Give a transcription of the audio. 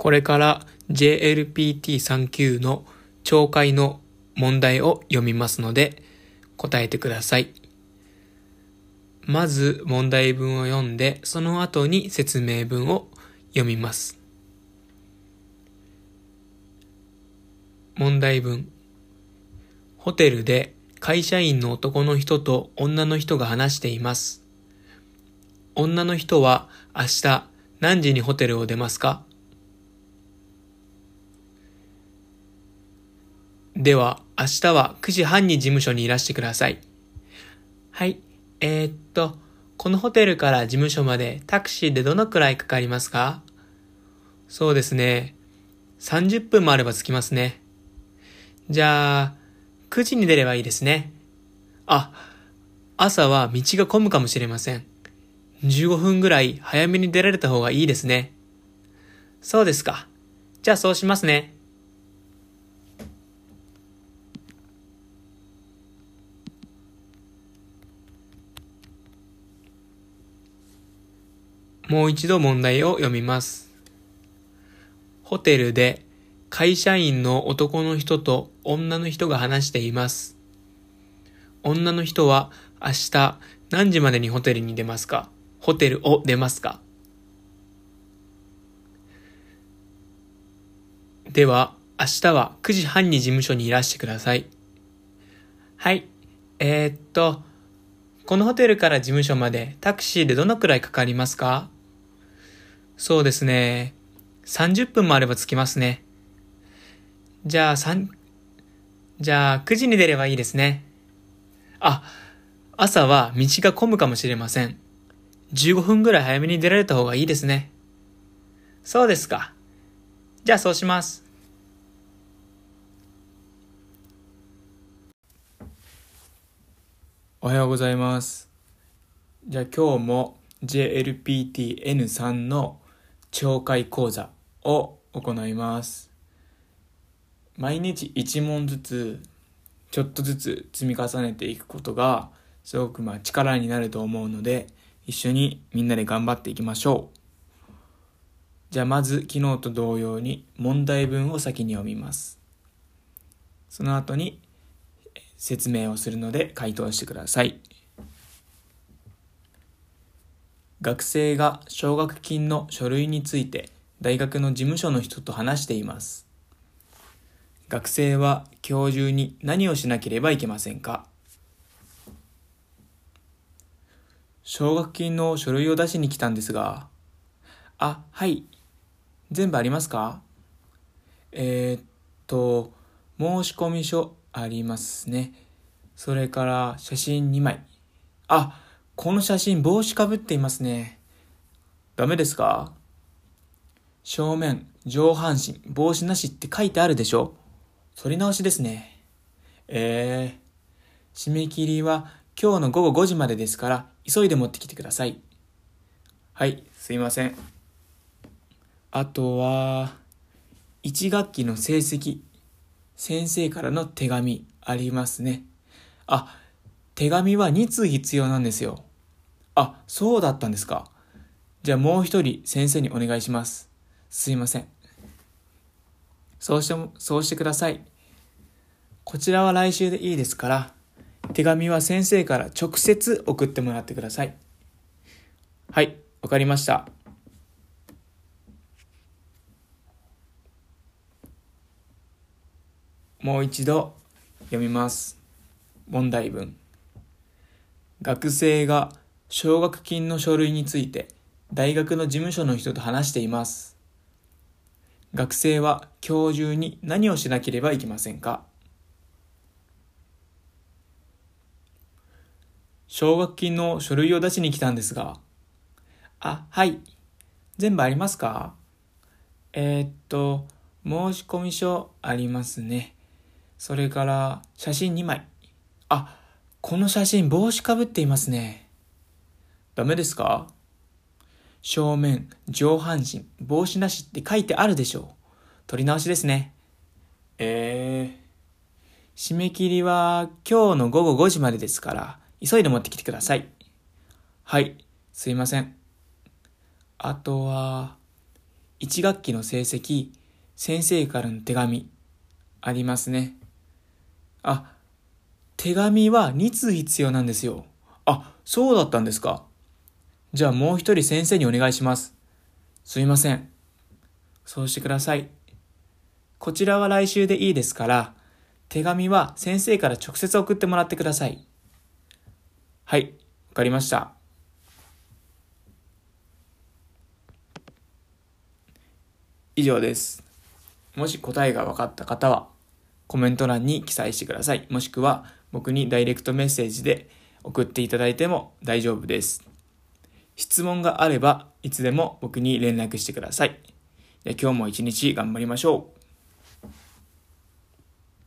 これから JLPT3 級の懲戒の問題を読みますので答えてください。まず問題文を読んで、その後に説明文を読みます。問題文。ホテルで会社員の男の人と女の人が話しています。女の人は明日何時にホテルを出ますか？では明日は9時半に事務所にいらしてください。はい、このホテルから事務所までタクシーでどのくらいかかりますか？そうですね。30分もあれば着きますね。じゃあ、9時に出ればいいですね。朝は道が混むかもしれません。15分ぐらい早めに出られた方がいいですね。そうですか。じゃあそうしますね。もう一度問題を読みます。ホテルで会社員の男の人と女の人が話しています。女の人は明日何時までにホテルに出ますか？ホテルを出ますか？では明日は9時半に事務所にいらしてください。はい。このホテルから事務所までタクシーでどのくらいかかりますか？そうですね。30分もあれば着きますね。じゃあ9時に出ればいいですね。朝は道が混むかもしれません。15分ぐらい早めに出られた方がいいですね。そうですか。じゃあそうします。おはようございます。じゃあ今日も JLPT-N3 の懲戒講座を行います。毎日1問ずつちょっとずつ積み重ねていくことがすごく力になると思うので、一緒にみんなで頑張っていきましょう。じゃあまず昨日と同様に問題文を先に読みます。その後に説明をするので回答してください。学生が奨学金の書類について大学の事務所の人と話しています。学生は今日中に何をしなければいけませんか？奨学金の書類を出しに来たんですが。はい。全部ありますか？申込書ありますね。それから写真2枚。この写真帽子かぶっていますね。ダメですか？正面、上半身、帽子なしって書いてあるでしょ？取り直しですね。締め切りは今日の午後5時までですから急いで持ってきてください。はい、すいません。あとは1学期の成績、先生からの手紙ありますね。手紙は2通必要なんですよ。そうだったんですか。じゃあもう一人先生にお願いします。すいません。そうしてください。こちらは来週でいいですから、手紙は先生から直接送ってもらってください。はい、わかりました。もう一度読みます。問題文。学生が奨学金の書類について大学の事務所の人と話しています。学生は今日中に何をしなければいけませんか？奨学金の書類を出しに来たんですが。はい。全部ありますか？申込書ありますね。それから写真2枚。この写真帽子かぶっていますね。ダメですか？正面、上半身、帽子なしって書いてあるでしょう。取り直しですね。締め切りは今日の午後5時までですから急いで持ってきてください。はい、すいません。あとは 1学期の成績、先生からの手紙、ありますね。手紙は2通必要なんですよ。そうだったんですか。じゃあもう一人先生にお願いします。すいません。そうしてください。こちらは来週でいいですから、手紙は先生から直接送ってもらってください。はい、わかりました。以上です。もし答えが分かった方は、コメント欄に記載してください。もしくは、僕にダイレクトメッセージで送っていただいても大丈夫です。質問があれば、いつでも僕に連絡してください。今日も一日頑張りましょう。